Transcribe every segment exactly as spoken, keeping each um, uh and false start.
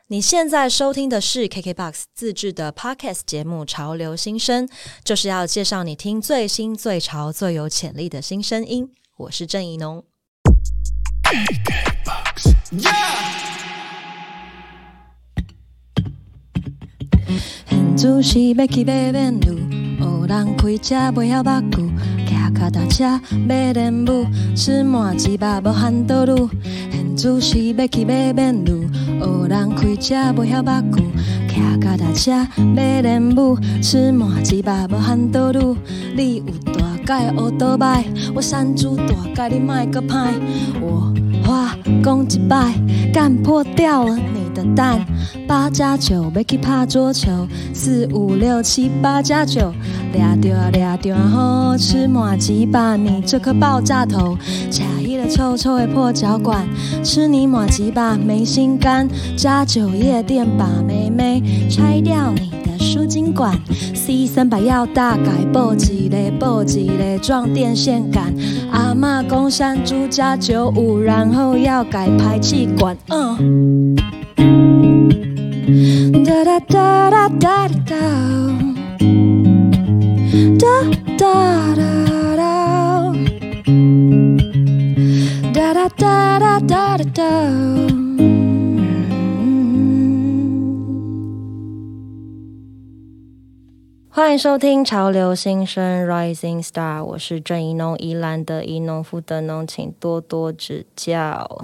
你现在收听的是 K K B O X 自制的 Podcast 节目《潮流新声》，就是要介绍你听最新、最潮、最有潜力的新声音。我是郑宜农。现主是要去买面路，有人开车袂晓目久，骑脚踏车买莲雾，吃麻糍粑无含倒路。现主是要去买面路，有人开车袂晓目久，骑脚踏车买莲雾，吃麻糍粑无含倒路。你有大改学倒摆，我山猪大改你莫阁歹。我话讲一摆，干破掉了你的蛋。八加九要去拍桌球，四五六七八加九，抓着抓着好吃麻糍粑，你这颗爆炸头，吃一个臭臭的破脚管，吃你麻糍粑没心肝，加九夜店把妹妹拆掉你的输精管 ，C 三百要大改报一个报一个装电线杆，阿嬷讲山猪加九五，然后要改排气管，嗯。Da da da da da da da da da da da da da da da。欢迎收听潮流新声 Rising Star， 我是郑宜农，宜兰的宜农夫的农，请多多指教。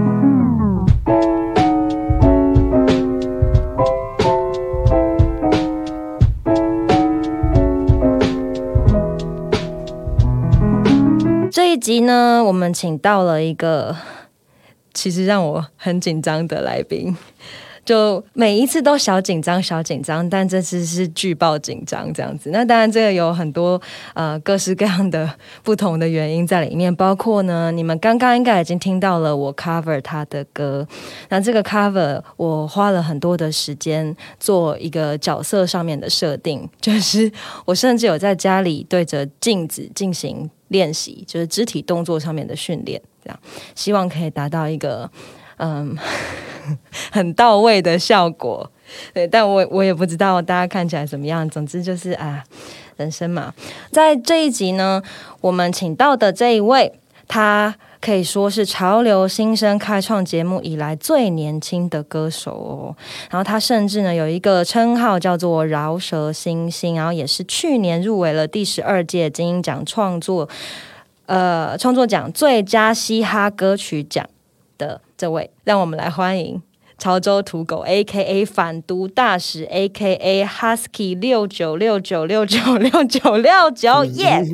这一集呢，我们请到了一个其实让我很紧张的来宾，就每一次都小紧张小紧张，但这次是巨爆紧张这样子。那当然这个有很多呃各式各样的不同的原因在里面，包括呢你们刚刚应该已经听到了我 cover 他的歌，那这个 cover 我花了很多的时间做一个角色上面的设定，就是我甚至有在家里对着镜子进行练习，就是肢体动作上面的训练，这样希望可以达到一个嗯很到位的效果。对，但我我也不知道大家看起来怎么样。总之就是啊，人生嘛。在这一集呢，我们请到的这一位，他可以说是潮流新声开创节目以来最年轻的歌手哦。然后他甚至呢有一个称号叫做饶舌新星，然后也是去年入围了第十二届金鹰奖创作呃创作奖最佳嘻哈歌曲奖的这位，让我们来欢迎潮州土狗 A K A 反毒大使 A K A Husky 六九六九六九六九六九耶！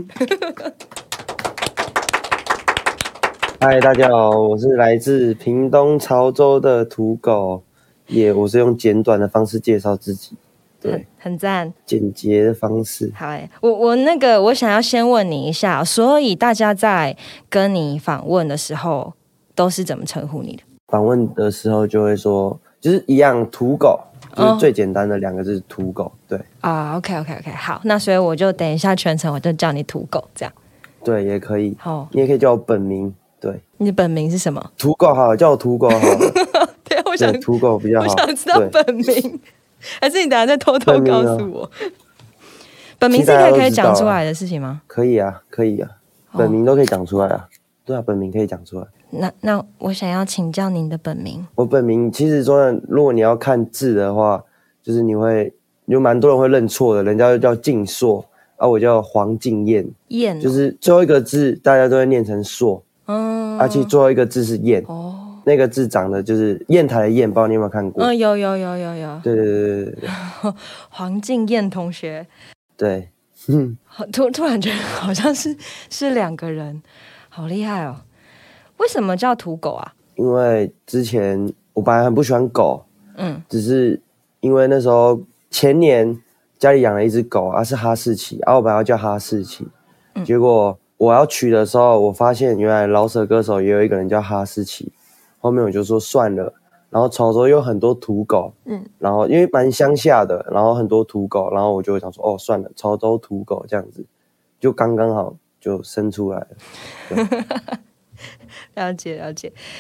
嗨，大家好，我是来自屏东潮州的土狗，也、yeah, 我是用简短的方式介绍自己，对， 很很赞， 简洁的方式。 好诶，我我那个我想要先问你一下，所以大家在跟你访问的时候都是怎么称呼你的？ 访问的时候就会说，就是一样土狗，就是最简单的两个字土狗，对啊、oh, ，OK OK OK， 好，那所以我就等一下全程我就叫你土狗这样， 对，也可以， 好， 你也可以叫我本名。对， 你的本名是什么？ 土狗好了，叫我土狗好了。 对，我想土狗比较好。 我想知道本名，还是你等一下再偷偷告诉我？本名是可以可以讲出来的事情吗？ 可以啊，可以啊，本名都可以讲出来啊。对啊，本名可以讲出来。 那那我想要请教您的本名。 我本名其实说，如果你要看字的话，就是你会有蛮多人会认错的，人家就叫晋硕啊，我叫黄敬彦， 彦、哦、 就是最后一个字大家都会念成硕。嗯，而且最后一个字是砚，哦，那个字长得就是砚台的砚，不知道你有没有看过？ 嗯，有有有有有。 对对对对对。 黄敬彦同学。 对， 嗯，突突然觉得好像是是两个人，好厉害哦！为什么叫土狗啊？ 因为之前我本来很不喜欢狗，嗯，只是因为那时候前年家里养了一只狗啊，是哈士奇，啊，我本来要叫哈士奇，嗯，结果我要取的时候，我发现原来饶舌歌手也有一个人叫哈士奇，后面我就说算了。然后潮州有很多土狗，嗯，然后因为蛮乡下的，然后很多土狗，然后我就会想说，哦，算了，潮州土狗这样子，就刚刚好就生出来了。了解了解。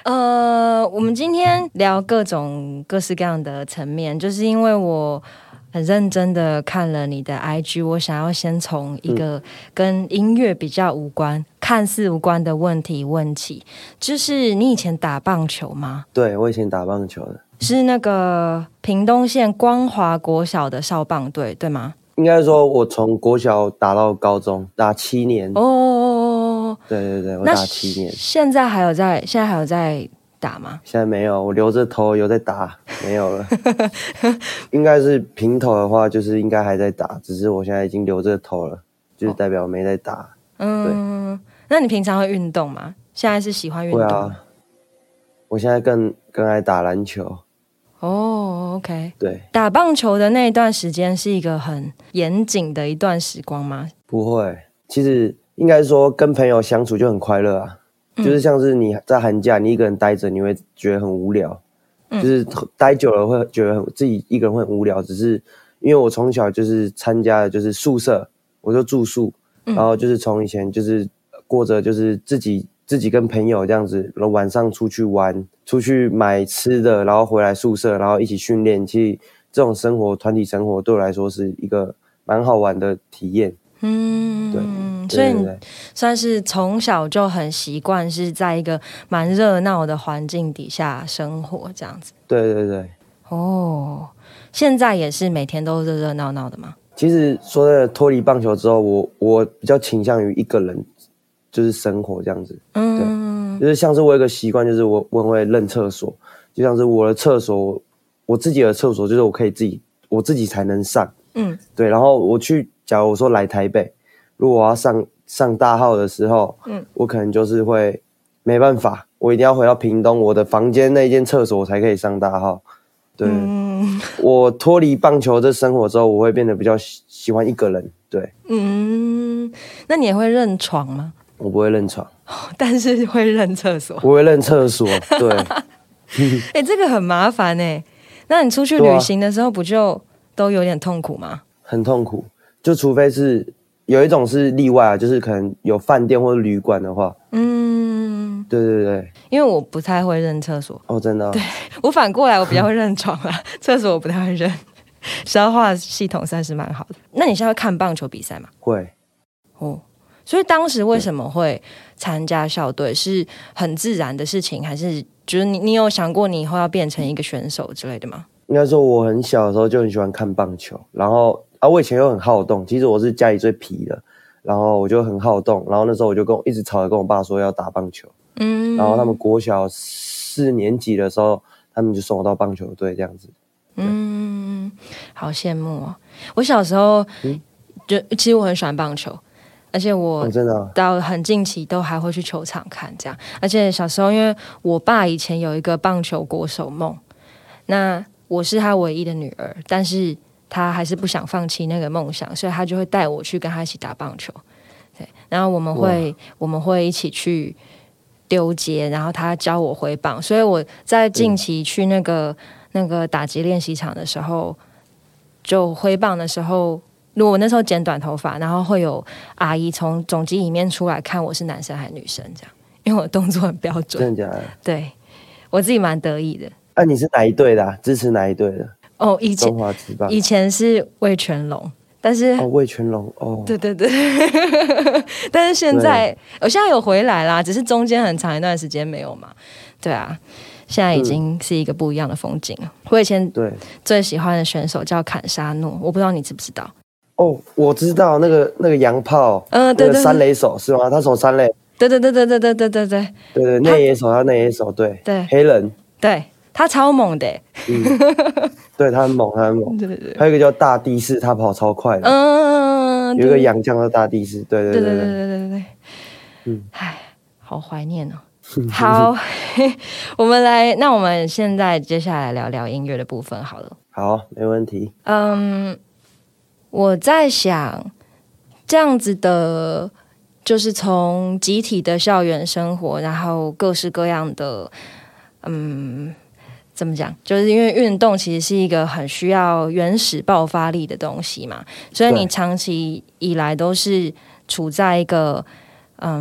呃，我们今天聊各种各式各样的层面，就是因为我很认真的看了你的 I G， 我想要先从一个跟音乐比较无关、嗯、看似无关的问题问起，就是你以前打棒球吗？ 对，我以前打棒球的，是那个屏东县光华国小的少棒队，对吗？ 应该说我从国小打到高中，打七年。 哦， 对对对，我打七年。 现在还有在现在还有在打吗？ 现在没有，我留着头有在打，没有了。应该是平头的话，就是应该还在打，只是我现在已经留着头了，就是代表没在打。哦、 嗯，那你平常会运动吗？现在是喜欢运动？会啊， 我现在更更爱打篮球。 哦、oh, ，OK， 对， 打棒球的那一段时间是一个很严谨的一段时光吗？ 不会，其实应该说跟朋友相处就很快乐啊、嗯，就是像是你在寒假你一个人待着，你会觉得很无聊，嗯、就是待久了会觉得很自己一个人会很无聊。只是因为我从小就是参加的就是宿舍，我就住宿，嗯、然后就是从以前就是过着就是自己。自己跟朋友这样子，然后晚上出去玩，出去买吃的，然后回来宿舍，然后一起训练。其实这种生活，团体生活对我来说是一个蛮好玩的体验。嗯，对， 所以你算是从小就很习惯是在一个蛮热闹的环境底下生活，这样子。 对对对。 哦，现在也是每天都热热闹闹的吗？ 其实说真的，脱离棒球之后，我我比较倾向于一个人。就是生活这样子，嗯，对，就是像是我有一个习惯，就是我我很会认厕所，就像是我的厕所，我自己的厕所，就是我可以自己我自己才能上，嗯，对，然后我去，假如我说来台北，如果我要上上大号的时候，嗯，我可能就是会没办法，我一定要回到屏东，我的房间那间厕所我才可以上大号，对，嗯、我脱离棒球这生活之后，我会变得比较喜欢一个人，对， 嗯，那你也会认床吗？ 我不会认床， 但是会认厕所。 不会认厕所，对。 哎、欸，这个很麻烦哎、欸。那你出去旅行的时候，不就都有点痛苦吗？ 很痛苦，就除非是有一种是例外啊，就是可能有饭店或者旅馆的话。嗯，对对对。 因为我不太会认厕所。 哦，真的、哦。 对，我反过来，我比较会认床啦，厕所我不太会认。消化系统算是蛮好的。那你现在会看棒球比赛吗？ 会。 哦。所以当时为什么会参加校队，是很自然的事情，还是就是你你有想过你以后要变成一个选手之类的吗？ 应该说我很小的时候就很喜欢看棒球，然后啊我以前又很好动，其实我是家里最皮的，然后我就很好动，然后那时候我就跟我一直吵着跟我爸说要打棒球，嗯，然后他们国小四年级的时候，他们就送我到棒球队这样子。 嗯，好羡慕哦！我小时候、嗯、就其实我很喜欢棒球。而且我到很近期都还会去球场看这样，而且小时候因为我爸以前有一个棒球国手梦，那我是他唯一的女儿，但是他还是不想放弃那个梦想，所以他就会带我去跟他一起打棒球。对，然后我们会我们会一起去丢接，然后他教我挥棒，所以我在近期去那个、嗯、那个打击练习场的时候，就挥棒的时候。如果我那时候剪短头发，然后会有阿姨从总机里面出来看我是男生还是女生，这样，因为我动作很标准。 真的假的？ 对，我自己蛮得意的。 那、啊、你是哪一队的、啊？支持哪一队的？ 哦，以前中华职棒， 以前是味全龙，但是哦，味全龙哦， 对对对，但是现在我现在有回来啦，只是中间很长一段时间没有嘛。对啊，现在已经是一个不一样的风景了。嗯、我以前对最喜欢的选手叫坎沙诺，我不知道你知不知道。 哦，我知道那个那个洋炮，嗯、呃，对 对, 对，那个三垒手是吗？他守三垒， 对对对对对对对对对对对，内野手他内野手，对对， 黑人， 对他超猛的， 嗯，对他很猛，他很猛，对对对，还有一个叫大地士，他跑超快的，嗯，有一个洋将叫大地士，对对对对对对对对对， 嗯，唉，好怀念哦。好，我们来，那我们现在接下来聊聊音乐的部分好了。 好，没问题。 嗯。我在想，这样子的，就是从集体的校园生活，然后各式各样的，嗯，怎么讲？就是因为运动其实是一个很需要原始爆发力的东西嘛，所以你长期以来都是处在一个嗯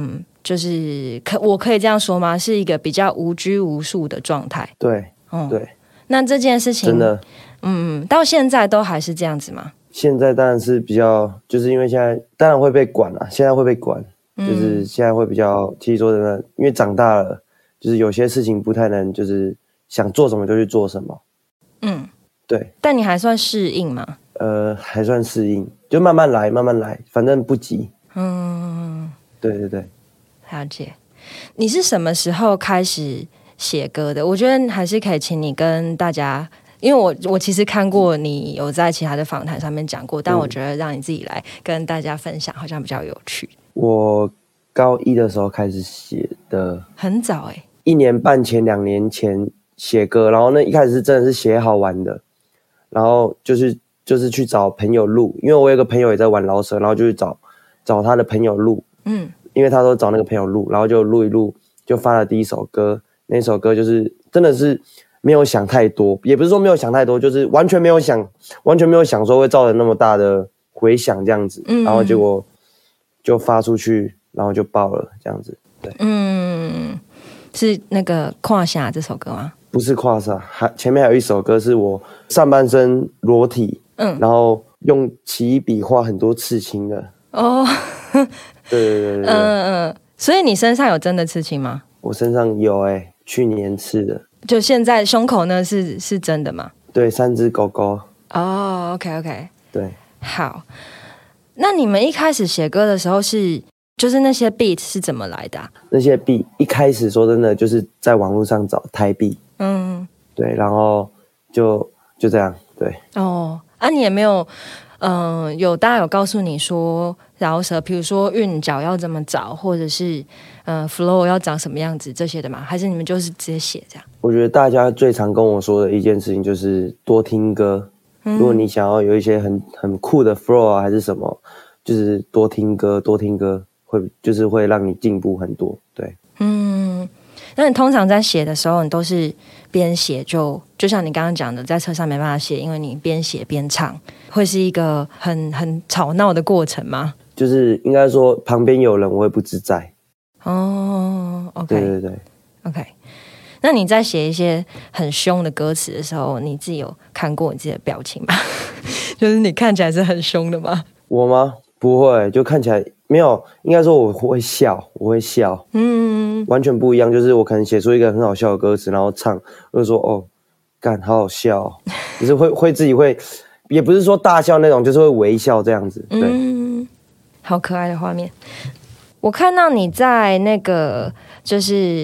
就是可我可以这样说吗？是一个比较无拘无束的状态。 对，嗯，对。 那这件事情真的， 嗯，到现在都还是这样子吗？ 现在当然是比较，就是因为现在当然会被管啊，现在会被管，嗯、就是现在会比较，其实说真的，因为长大了，就是有些事情不太能，就是想做什么就去做什么。嗯，对。 但你还算适应吗？ 呃，还算适应，就慢慢来，慢慢来，反正不急。嗯，对对对， 了解。你是什么时候开始写歌的？我觉得还是可以请你跟大家，因为我我其实看过你有在其他的访谈上面讲过，但我觉得让你自己来跟大家分享，好像比较有趣。 我高一的时候开始写的， 很早哎、欸， 一年半前、两年前写歌，然后那一开始是真的是写好玩的，然后就是就是去找朋友录，因为我有个朋友也在玩饶舌，然后就去找找他的朋友录，嗯，因为他都找那个朋友录，然后就录一录，就发了第一首歌。那首歌就是真的是没有想太多，也不是说没有想太多，就是完全没有想，完全没有想说会造成那么大的回响这样子，嗯、然后结果就发出去，然后就爆了这样子。对，嗯， 是那个胯下这首歌吗？ 不是胯下，还前面还有一首歌是我上半身裸体，嗯，然后用奇异笔画很多刺青的。哦，对对对对， 嗯嗯，所以你身上有真的刺青吗？ 我身上有哎、欸，去年刺的。 就现在胸口呢是是真的吗？ 对，三只狗狗。 哦 ，OK OK， 对， 好。那你们一开始写歌的时候是，就是那些 beat 是怎么来的、啊？ 那些 beat 一开始说真的就是在网络上找台币，嗯，对，然后就就这样，对。 哦，啊，你也没有，嗯、呃，有大家有告诉你说饶舌，比如说韵脚要怎么找，或者是呃 flow 要长什么样子这些的吗？还是你们就是直接写这样？ 我觉得大家最常跟我说的一件事情就是多听歌。嗯、如果你想要有一些很很酷的 flow 啊，还是什么，就是多听歌，多听歌会就是会让你进步很多。对，嗯， 那你通常在写的时候，你都是边写就就像你刚刚讲的，在车上没办法写，因为你边写边唱，会是一个很很吵闹的过程吗？ 就是应该说旁边有人，我会不自在。 哦 ，OK， 对对对 ，OK。那你在写一些很凶的歌词的时候，你自己有看过你自己的表情吗？就是你看起来是很凶的吗？ 我吗？不会，就看起来没有。应该说我会笑，我会笑，嗯，完全不一样。就是我可能写出一个很好笑的歌词，然后唱，我就说哦，干，好好笑、哦，就是会会自己会，也不是说大笑那种，就是会微笑这样子。对，嗯， 好可爱的画面。我看到你在那个就是。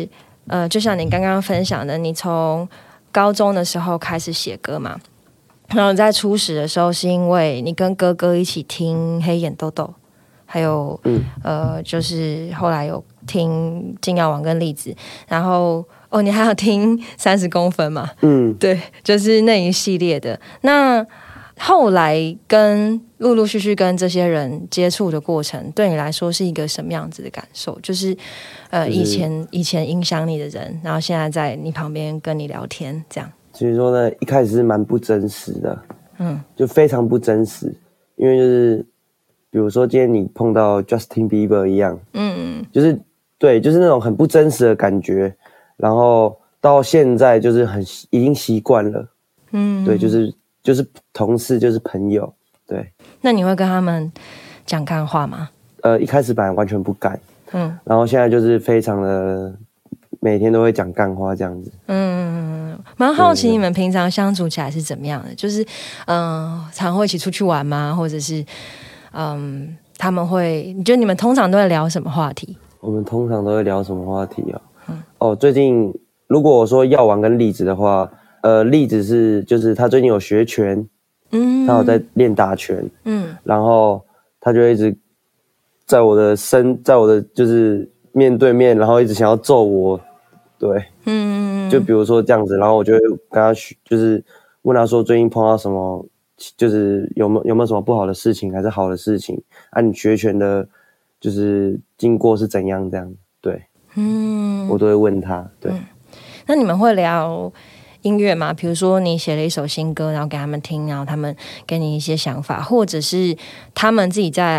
呃，就像你刚刚分享的，你从高中的时候开始写歌嘛，然后在初始的时候是因为你跟哥哥一起听黑眼豆豆，还有、嗯、呃，就是后来有听金耀王跟栗子，然后哦，你还有听三十公分嘛？嗯，对，就是那一系列的。那后来跟陆陆续续跟这些人接触的过程，对你来说是一个什么样子的感受？就是呃，以前以前影响你的人，然后现在在你旁边跟你聊天，这样。 其实说呢，一开始是蛮不真实的，嗯，就非常不真实，因为就是比如说今天你碰到 Justin Bieber 一样，嗯，就是对，就是那种很不真实的感觉，然后到现在就是很已经习惯了，嗯，对，就是就是同事，就是朋友，对。 那你会跟他们讲干话吗？ 呃，一开始本来完全不敢。嗯，然后现在就是非常的每天都会讲干话这样子。嗯， 蛮好奇你们平常相处起来是怎么样的？就是嗯、呃，常会一起出去玩吗？或者是嗯，他们会？你觉得你们通常都会聊什么话题？ 我们通常都会聊什么话题啊？嗯，哦，最近如果我说药王跟栗子的话，呃，栗子是就是他最近有学拳，嗯，他有在练打拳，嗯，然后他就一直。在我的身，在我的就是面对面，然后一直想要揍我，对，嗯，就比如说这样子，然后我就会跟他就是问他说最近碰到什么，就是有没有有没有什么不好的事情，还是好的事情啊？你学拳的，就是经过是怎样这样，对，嗯，我都会问他，对。嗯、 那你们会聊音乐吗？比如说你写了一首新歌，然后给他们听，然后他们给你一些想法，或者是他们自己在。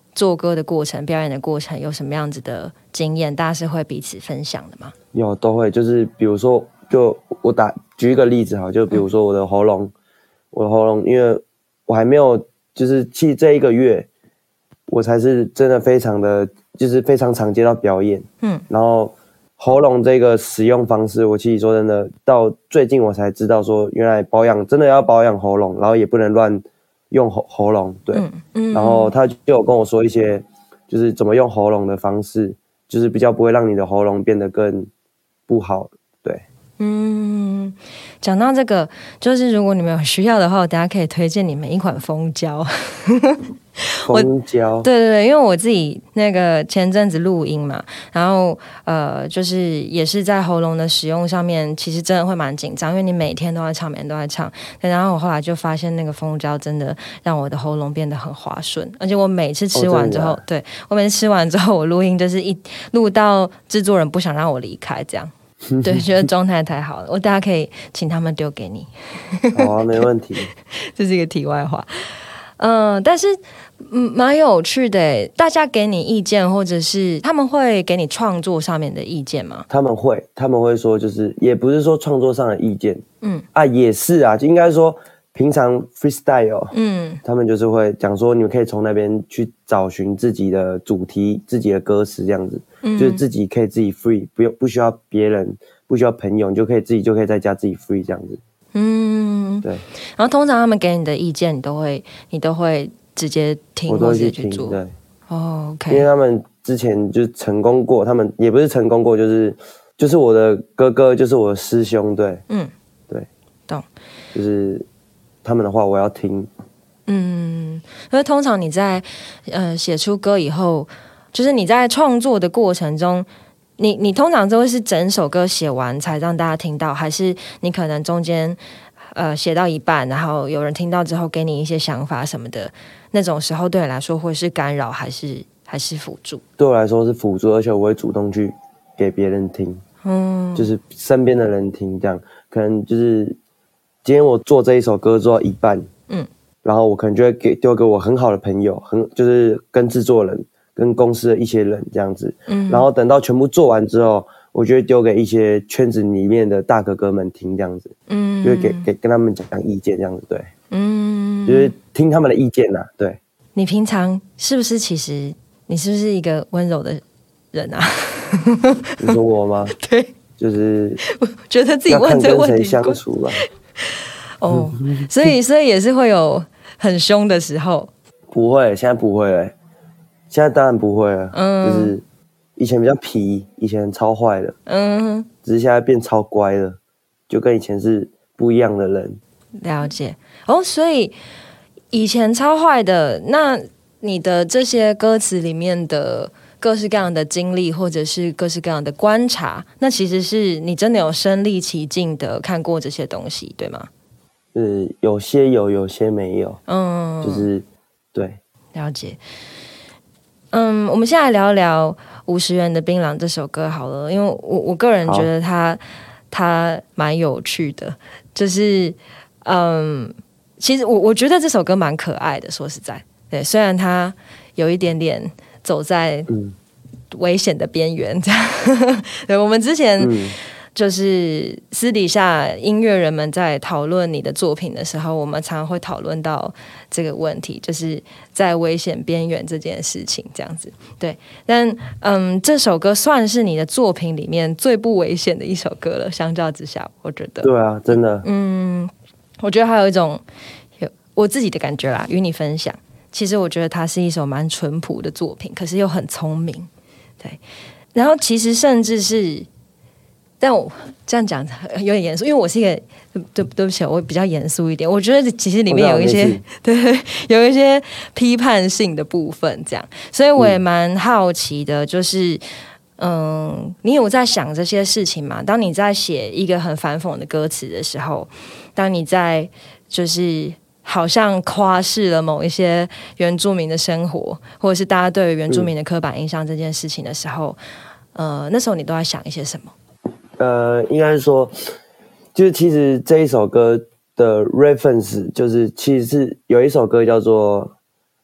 做歌的过程、表演的过程有什么样子的经验，大家是会彼此分享的吗？ 有，都会，就是比如说，就我打举一个例子哈，就比如说我的喉咙，嗯、我的喉咙，因为我还没有，就是其实这一个月，我才是真的非常的，就是非常常接到表演，嗯，然后喉咙这个使用方式，我其实说真的，到最近我才知道说，原来保养真的要保养喉咙，然后也不能乱用喉喉咙，对，嗯嗯，然后他就有跟我说一些，就是怎么用喉咙的方式，就是比较不会让你的喉咙变得更不好，对。 嗯，讲到这个，就是如果你们有需要的话，我等一下可以推荐你们一款蜂胶。 蜂胶， 对对对，因为我自己那个前阵子录音嘛，然后呃，就是也是在喉咙的使用上面，其实真的会蛮紧张，因为你每天都在唱，每天都在唱。然后我后来就发现那个蜂胶真的让我的喉咙变得很滑顺，而且我每次吃完之后，哦、对我每次吃完之后，我录音就是一录到制作人不想让我离开这样。对，觉得状态太好了，我大家可以请他们丢给你。 好啊，没问题。 这是一个题外话。嗯、呃，但是嗯，蛮有趣的。大家给你意见，或者是他们会给你创作上面的意见吗？ 他们会，他们会说，就是也不是说创作上的意见，嗯啊，也是啊，就应该说平常 freestyle， 嗯，他们就是会讲说，你们可以从那边去找寻自己的主题、自己的歌词这样子，嗯，就是自己可以自己 free， 不用不需要别人，不需要朋友，你就可以自己就可以在家自己 free 这样子。嗯，对。 然后通常他们给你的意见，你都会你都会直接听， 我都会去听，对。 哦、oh, ，OK。 因为他们之前就成功过，他们也不是成功过，就是就是我的哥哥，就是我的师兄，对，嗯，对， 懂。 就是他们的话，我要听。 嗯，因为通常你在呃写出歌以后，就是你在创作的过程中。你你通常都会是整首歌写完才让大家听到，还是你可能中间呃写到一半，然后有人听到之后给你一些想法什么的，那种时候对你来说会是干扰还是还是辅助？ 对我来说是辅助，而且我会主动去给别人听，嗯，就是身边的人听，这样可能就是今天我做这一首歌做到一半，嗯，然后我可能就会给丢给我很好的朋友，很就是跟制作人。跟公司的一些人这样子，嗯，然后等到全部做完之后，我就会丢给一些圈子里面的大哥哥们听这样子，嗯，就会给给跟他们讲讲意见这样子，对，嗯，就是听他们的意见呐、啊，对。 你平常是不是其实你是不是一个温柔的人啊？ 你说我吗？ 对， 就是我觉得自己问这个问题要看跟谁相处吧。 哦，所以所以也是会有很凶的时候。 不会，现在不会了。现在当然不会了，嗯，就是以前比较皮，以前超坏的，嗯，只是现在变超乖了，就跟以前是不一样的人。 了解哦，所以以前超坏的，那你的这些歌词里面的各式各样的经历，或者是各式各样的观察，那其实是你真的有身临其境的看过这些东西，对吗？ 呃，有些有，有些没有，嗯，就是对， 了解。嗯，我们现在来聊一聊五十元的槟榔这首歌好了，因为我我个人觉得它它蛮有趣的，就是嗯，其实我我觉得这首歌蛮可爱的，说实在，对，虽然它有一点点走在危险的边缘，这样，对，我们之前。嗯就是私底下音乐人们在讨论你的作品的时候，我们常常会讨论到这个问题，就是在危险边缘这件事情，这样子。对，但嗯，这首歌算是你的作品里面最不危险的一首歌了，相较之下，我觉得。 对啊，真的。 嗯，我觉得还有一种有我自己的感觉啦，与你分享。其实我觉得它是一首蛮淳朴的作品，可是又很聪明。对，然后其实甚至是。但我这样讲有点严肃，因为我是一个对对不起，我比较严肃一点。我觉得其实里面有一些对有一些批判性的部分，这样，所以我也蛮好奇的，就是嗯，你有在想这些事情吗？当你在写一个很反讽的歌词的时候，当你在就是好像夸饰了某一些原住民的生活，或者是大家对于原住民的刻板印象这件事情的时候，嗯、呃，那时候你都在想一些什么？ 呃，应该是说，就是其实这一首歌的 reference 就是其实是有一首歌叫做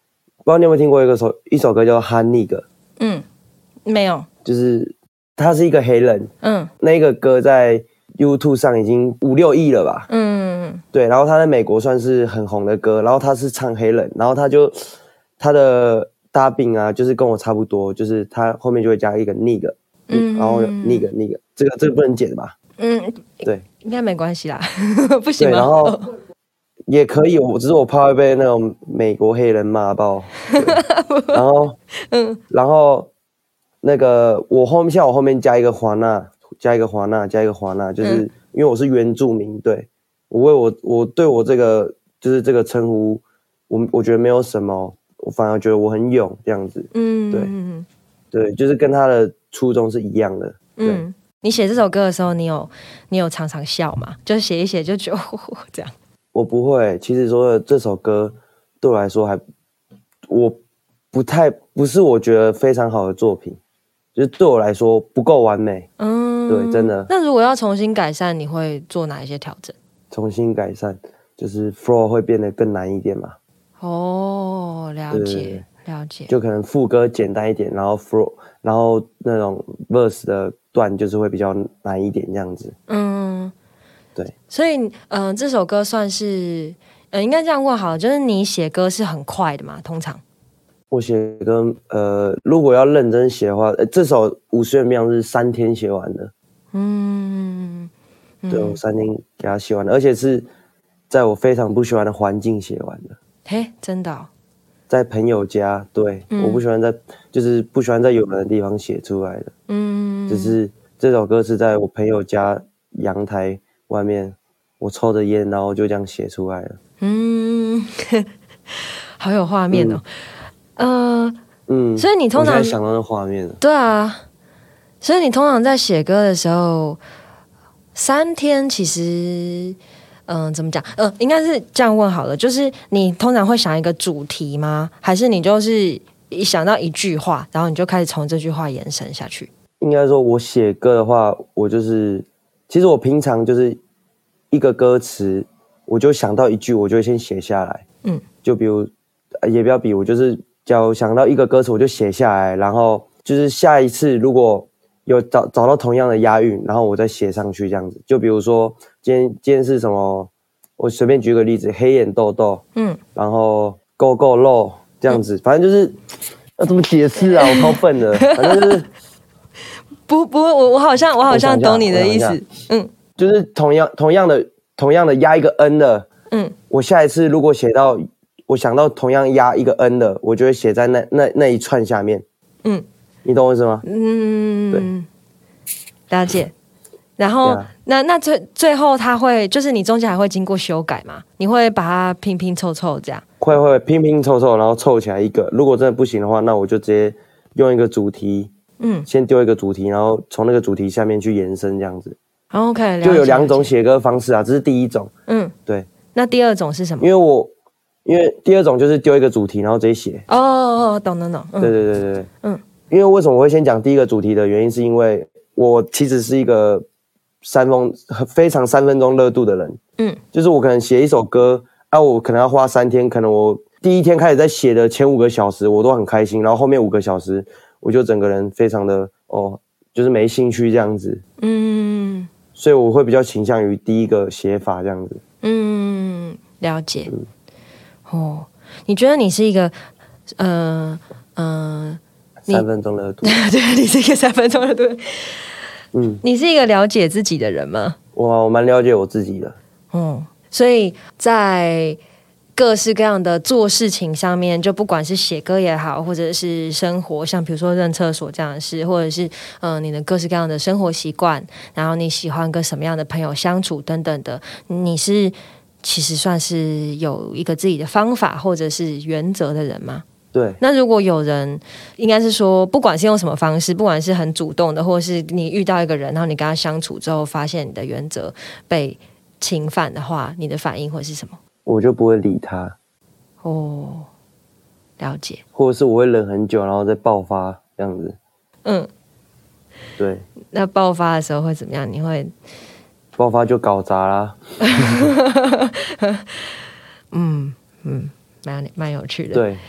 不知道你有没有听过一个首一首歌叫《Honey》歌？ 嗯，没有， 就是他是一个黑人， 嗯， 那个歌在 YouTube 上已经五六亿了吧？ 嗯， 对，然后他在美国算是很红的歌，然后他是唱黑人，然后他就他的搭病啊，就是跟我差不多，就是他后面就会加一个 nigga， 嗯，然后 nigga nigga， 这个这个不能剪吧？嗯，对， 应该没关系啦，不行吗？ 对，然后也可以，我只是我怕会被那种美国黑人骂爆。然后，嗯，然后那个我后面像我后面加一个华纳，加一个华纳，加一个华纳，就是、嗯、因为我是原住民，对我为我我对我这个就是这个称呼，我我觉得没有什么，我反而觉得我很勇这样子。嗯，对，对，就是跟他的初衷是一样的。对。嗯， 你写这首歌的时候，你有你有常常笑吗？就是写一写就觉得呼呼这样。 我不会，其实说这首歌对我来说还我不太不是我觉得非常好的作品，就是对我来说不够完美。嗯，对，真的。 那如果要重新改善，你会做哪一些调整？ 重新改善就是 flow 会变得更难一点嘛。 哦，了解了解。 就可能副歌简单一点，然后 flow， 然后那种 verse 的段就是会比较难一点这样子。嗯。对， 所以，嗯、呃，这首歌算是，呃，应该这样问好了，就是你写歌是很快的嘛？通常， 我写歌，呃，如果要认真写的话，呃、这首《五十元冰洋》是三天写完的。嗯，嗯对，我三天给他写完的，而且是在我非常不喜欢的环境写完的。 嘿，真的、哦？ 在朋友家，对，嗯、我不喜欢在，就是不喜欢在有人的地方写出来的。嗯，只是这首歌是在我朋友家阳台外面，我抽着烟，然后就这样写出来了。嗯， 好有画面哦。嗯、呃，嗯，所以你通常我现在想到那画面了。 对啊，所以你通常在写歌的时候，三天其实，嗯、呃，怎么讲？嗯、呃，应该是这样问好了，就是你通常会想一个主题吗？还是你就是一想到一句话，然后你就开始从这句话延伸下去？ 应该说，我写歌的话，我就是。其实我平常就是一个歌词，我就想到一句，我就先写下来。嗯，就比如也不要比，我就是假如想到一个歌词，我就写下来，然后就是下一次如果有找找到同样的押韵，然后我再写上去这样子。就比如说今天今天是什么，我随便举个例子，黑眼豆豆，嗯，然后够够肉这样子，反正就是要怎么解释啊？我超笨的，反正就是。 不不，我我好像我好像懂你的意思，嗯， 就是同样同样的同样的压一个 n 的，嗯，我下一次如果写到我想到同样压一个 n 的，我就会写在那那那一串下面，嗯，你懂我意思吗？嗯， 对，了解。然后、yeah. 那那最最后它会就是你中间还会经过修改吗？你会把它拼拼凑凑这样？ 会会拼拼凑凑，然后凑起来一个。如果真的不行的话，那我就直接用一个主题。嗯，先丢一个主题，然后从那个主题下面去延伸，这样子。 OK， 就有两种写歌方式啊，这是第一种。嗯，对。 那第二种是什么？ 因为我，因为第二种就是丢一个主题，然后直接写。 哦哦，懂懂懂。 对对对对对。嗯，因为为什么我会先讲第一个主题的原因，是因为我其实是一个三分非常三分钟热度的人。嗯，就是我可能写一首歌啊，我可能要花三天，可能我第一天开始在写的前五个小时，我都很开心，然后后面五个小时。我就整个人非常的哦，就是没兴趣这样子，嗯，所以我会比较倾向于第一个写法这样子， 嗯，了解，嗯、哦，你觉得你是一个，呃呃， 三分钟热度， 对，你是一个三分钟热度，嗯，你是一个了解自己的人吗？ 我我蛮了解我自己的， 嗯，所以在。各式各样的做事情上面，就不管是写歌也好，或者是生活，像比如说认厕所这样的事，或者是嗯、呃、你的各式各样的生活习惯，然后你喜欢跟什么样的朋友相处等等的，你是其实算是有一个自己的方法或者是原则的人吗？ 对。 那如果有人，应该是说，不管是用什么方式，不管是很主动的，或者是你遇到一个人，然后你跟他相处之后，发现你的原则被侵犯的话，你的反应会是什么？ 我就不会理他。 哦，了解。 或者是我会忍很久，然后再爆发这样子。嗯，对。 那爆发的时候会怎么样？你会爆发就搞砸啦。 嗯嗯，蛮蛮有趣的。 对。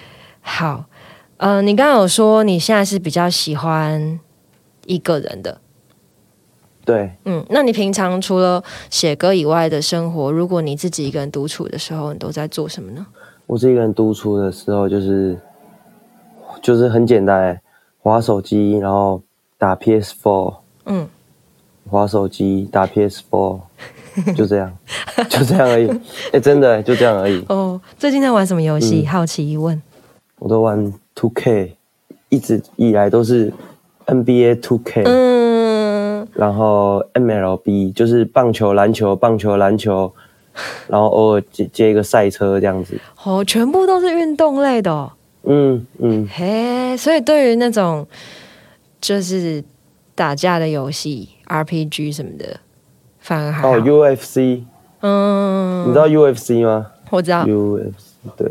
好，呃，你刚刚有说你现在是比较喜欢一个人的， 对， 嗯，那你平常除了写歌以外的生活，如果你自己一个人独处的时候，你都在做什么呢？ 我自己一个人独处的时候，就是就是很简单，滑手机，然后打 P S 四，嗯，滑手机打 P S 四，就这样，就这样而已。哎、欸，真的就这样而已。 哦，最近在玩什么游戏？嗯、好奇一问。 我都玩 two K， 一直以来都是 N B A two K， 嗯，然后 M L B 就是棒球、篮球、棒球、篮球，然后偶尔接接一个赛车这样子。 哦，全部都是运动类的、哦。 嗯嗯。 嘿，所以对于那种就是打架的游戏 R P G 什么的，反而还好。 哦 ，U F C， 嗯，你知道 U F C 吗？ 我知道 U F C， 对。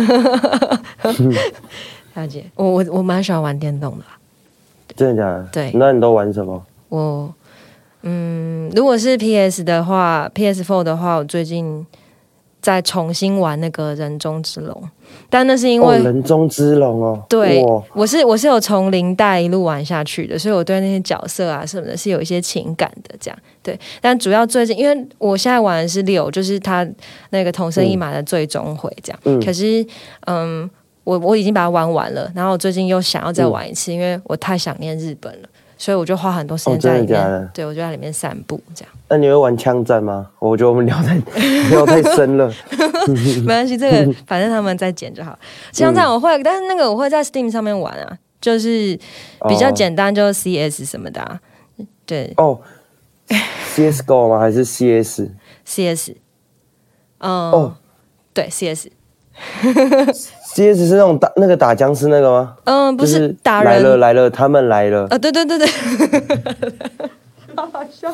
了解，我我我蛮喜欢玩电动的。 真的假的？ 对， 那你都玩什么？ 我嗯，如果是 P S 的话 ，P S 四 的话，我最近在重新玩那个人中之龙，但那是因为、 哦、人中之龙哦， 对，我是我是有从零代一路玩下去的，所以我对那些角色啊什么的是有一些情感的，这样对。但主要最近，因为我现在玩的是六，就是他那个同生一马的最终回这样。嗯、可是，嗯，我我已经把它玩完了，然后我最近又想要再玩一次，嗯、因为我太想念日本了。所以我就花很多时间在里面，哦、对，我就在里面散步这样。 那你会玩枪战吗？我觉得我们聊太聊太深了。 没关系，这个反正他们再剪就好。枪战我会，嗯、但是那个我会在 Steam 上面玩啊，就是比较简单，就是 C S 什么的、啊。对哦 ，C S G O 吗？还是 C S？C S， 嗯，哦，对 C S。C S 是那种打那个打僵尸那个吗？ 嗯，不是打人， 来了来了，他们来了。 啊，对对对对，好好笑。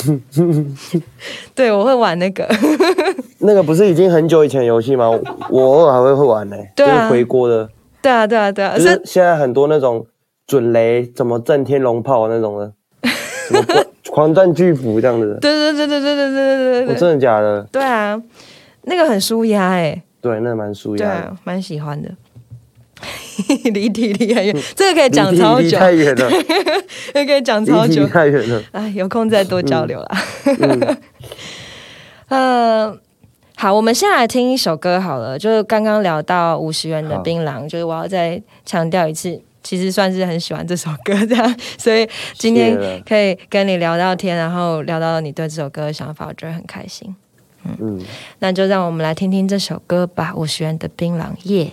对，我会玩那个。 那个不是已经很久以前的游戏吗？我偶尔还会会玩呢、欸， 对啊，就是回锅的。 对啊对啊对啊， 就是现在很多那种准雷，怎么震天龙炮那种的，什么狂战巨斧这样子的。 对对对对对对对对对， 我真的假的？ 对啊，那个很舒压哎、欸。 对，那蛮舒压的， 对啊，蛮喜欢的。离题离很远，这个可以讲超久， 离太远了， 这个可以讲超久， 离太远了。 哎，有空再多交流啦。嗯嗯、呃，好，我们先来听一首歌好了，就是刚刚聊到五十元的槟榔，就是我要再强调一次，其实算是很喜欢这首歌这样，所以今天可以跟你聊到天，然后聊到你对这首歌的想法，我觉得很开心。嗯，嗯，那就让我们来听听这首歌吧，五十元的槟榔耶。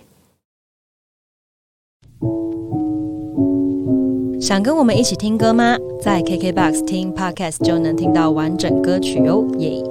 想跟我们一起听歌吗？在 K K B O X 听 Podcast 就能听到完整歌曲哦，耶！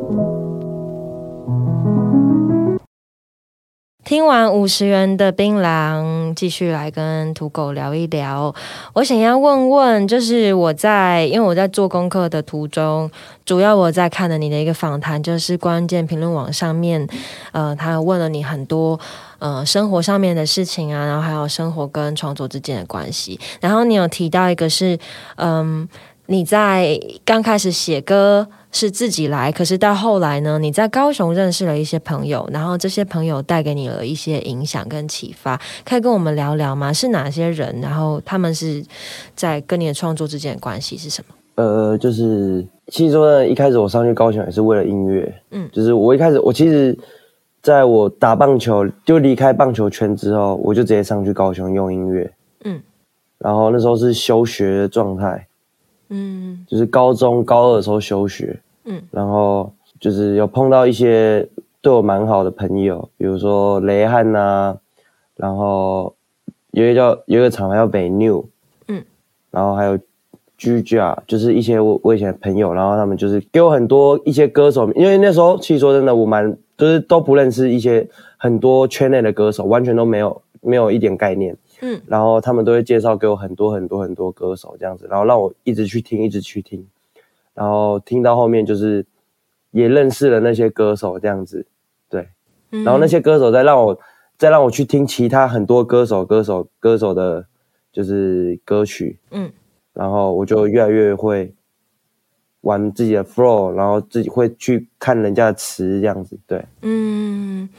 听完五十元的槟榔，继续来跟土狗聊一聊。我想要问问，就是我在因为我在做功课的途中，主要我在看的你的一个访谈，就是关键评论网上面，呃，他问了你很多呃生活上面的事情啊，然后还有生活跟创作之间的关系。然后你有提到一个是，嗯、呃，你在刚开始写歌是自己来，可是到后来呢，你在高雄认识了一些朋友，然后这些朋友带给你了一些影响跟启发，可以跟我们聊聊吗？是哪些人？然后他们是在跟你的创作之间的关系是什么？ 呃，就是其实说呢，一开始我上去高雄也是为了音乐，嗯，就是我一开始我其实在我打棒球就离开棒球圈之后，我就直接上去高雄用音乐，嗯，然后那时候是休学的状态。嗯，就是高中高二的时候休学，嗯，然后就是有碰到一些对我蛮好的朋友，比如说雷汉啊，然后有一个叫有一个厂牌叫北 New， 嗯，然后还有居家，就是一些我我以前的朋友，然后他们就是给我很多一些歌手，因为那时候其实说真的，我蛮就是都不认识一些很多圈内的歌手，完全都没有没有一点概念。嗯，然后他们都会介绍给我很多很多很多歌手这样子，然后让我一直去听，一直去听，然后听到后面就是也认识了那些歌手这样子，对，嗯、然后那些歌手再让我再让我去听其他很多歌手歌手歌手的，就是歌曲，嗯，然后我就越来越会玩自己的 flow， 然后自己会去看人家的词这样子，对， 嗯。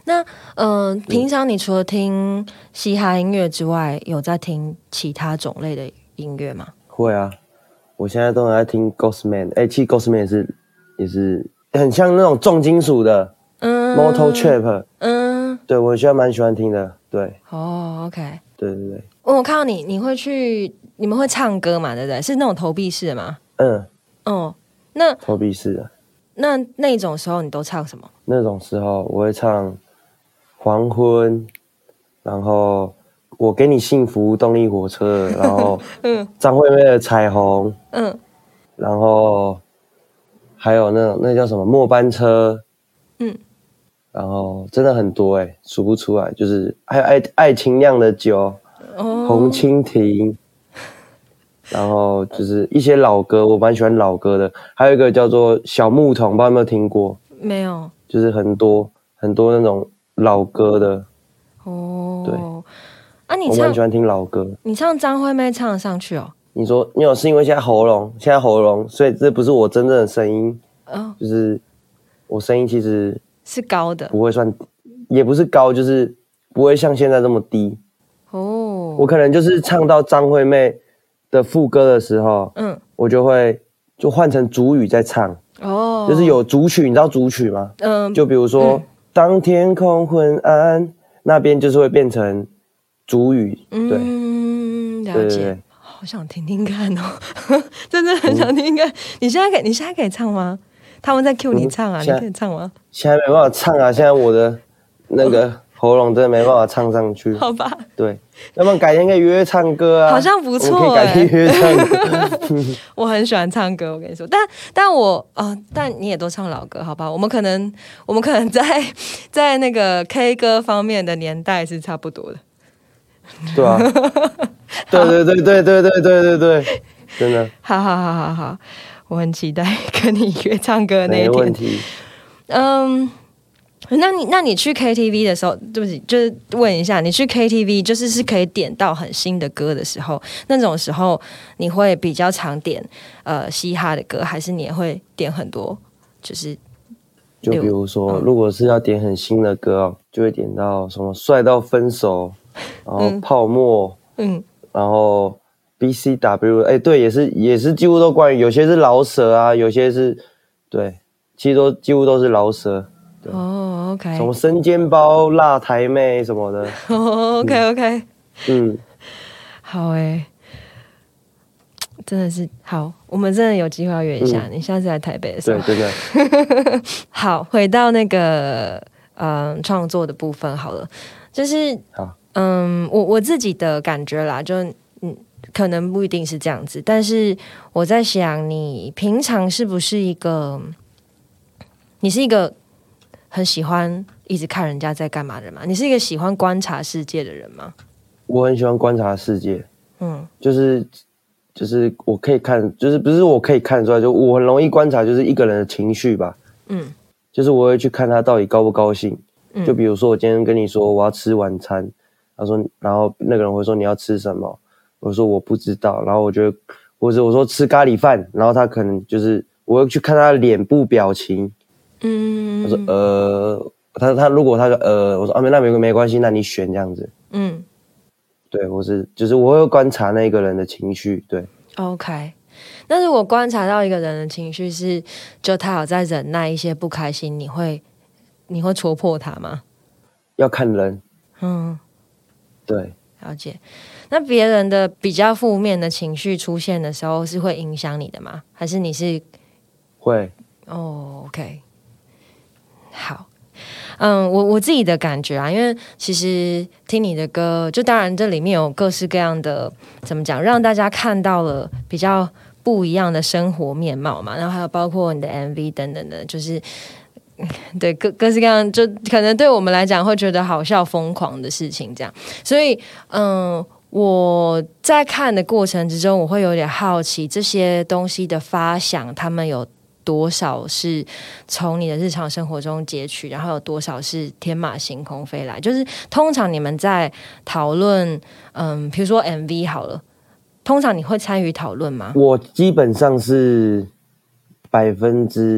那嗯、呃，平常你除了听嘻哈音乐之外，有在听其他种类的音乐吗？ 会啊，我现在都在听 Ghostman， 哎、欸，其实 Ghostman 也是也是很像那种重金属的，嗯 ，Motor Trap， 嗯，对我现在蛮喜欢听的，对。 哦 ，OK， 对对对。 我看到你，你会去，你们会唱歌嘛？对不对？是那种投币式的吗？ 嗯。 哦，那投币式的。 那那种时候你都唱什么？ 那种时候我会唱《黄昏》，然后我给你幸福，动力火车，然后嗯，张惠妹的彩虹，嗯，然后还有那种那叫什么末班车，嗯，然后真的很多哎、欸，数不出来，就是还有爱爱情酿的酒，哦，红蜻蜓。然后就是一些老歌，我蛮喜欢老歌的。还有一个叫做小牧童，不知道有没有听过？ 没有。 就是很多很多那种老歌的。 哦。 对。 啊，你唱， 我蛮喜欢听老歌。 你唱张惠妹唱得上去哦？ 你说，因为是因为现在喉咙，现在喉咙，所以这不是我真正的声音。哦。就是我声音其实是高的， 不会算，也不是高，就是不会像现在这么低。哦。我可能就是唱到张惠妹的副歌的时候，嗯，我就会就换成主语在唱，哦，就是有主曲，你知道主曲吗？嗯，就比如说、嗯、当天空昏暗，那边就是会变成主语，对， 嗯，了解，对对对，好想听听看哦，真的很想听听看。嗯、你现在可以，你现在可以唱吗？他们在 cue 你唱啊，嗯、你可以唱吗？ 现在没办法唱啊，现在我的那个。哦喉咙真的没办法唱上去， 好吧？ 对，要不然改天可以约唱歌啊， 好像不错、欸。 我可以改天约唱歌。 我很喜欢唱歌，我跟你说，但但我啊、呃，但你也都唱老歌，好吧？我们可能我们可能在在那个 K 歌方面的年代是差不多的。 对啊，对对对对对对对对对，真的。 好好好好好，我很期待跟你约唱歌的那一天。 没问题。 嗯。那你那你去 K T V 的时候，对不起，就是问一下，你去 K T V 就是是可以点到很新的歌的时候，那种时候你会比较常点呃嘻哈的歌，还是你也会点很多？就是就比如说，嗯、如果是要点很新的歌，就会点到什么帅到分手，然后泡沫，嗯，然后 B C W， 哎、欸，对，也是也是几乎都关于，有些是饶舌啊，有些是对，其实都几乎都是饶舌。 哦、oh, ，OK， 什么生煎包、辣台妹什么的。 哦、oh, ，OK OK， 嗯， 好哎、欸，真的是好，我们真的有机会要约一下、嗯。你下次来台北的时候， 对，真的。 好，回到那个嗯创作的部分好了，就是好， 嗯，我我自己的感觉啦，就嗯，可能不一定是这样子，但是我在想，你平常是不是一个，你是一个。很喜欢一直看人家在干嘛的人吗？你是一个喜欢观察世界的人吗？ 我很喜欢观察世界，嗯，就是就是我可以看，就是不是我可以看得出来，就我很容易观察，就是一个人的情绪吧，嗯，就是我会去看他到底高不高兴，嗯，就比如说我今天跟你说我要吃晚餐，他说，然后那个人会说你要吃什么，我说我不知道，然后我觉得，或者我说吃咖喱饭，然后他可能就是我会去看他的脸部表情。嗯，他说呃，他他如果他说呃，我说啊没那没没关系，那你选这样子。嗯，对，我是就是我会观察那个人的情绪，对。 OK， 那如果观察到一个人的情绪是，就他有在忍耐一些不开心，你会你会戳破他吗？ 要看人。嗯，对， 了解。那别人的比较负面的情绪出现的时候，是会影响你的吗？还是你是会？ 哦 ，OK。好，嗯，我我自己的感觉啊，因为其实听你的歌，就当然这里面有各式各样的，怎么讲，让大家看到了比较不一样的生活面貌嘛，然后还有包括你的 M V 等等的，就是对各各式各样，就可能对我们来讲会觉得好笑、疯狂的事情，这样，所以嗯。我在看的过程之中，我会有点好奇这些东西的发想，他们有多少是从你的日常生活中截取，然后有多少是天马行空飞来？就是通常你们在讨论，嗯，比如说 M V 好了，通常你会参与讨论吗？ 我基本上是百分之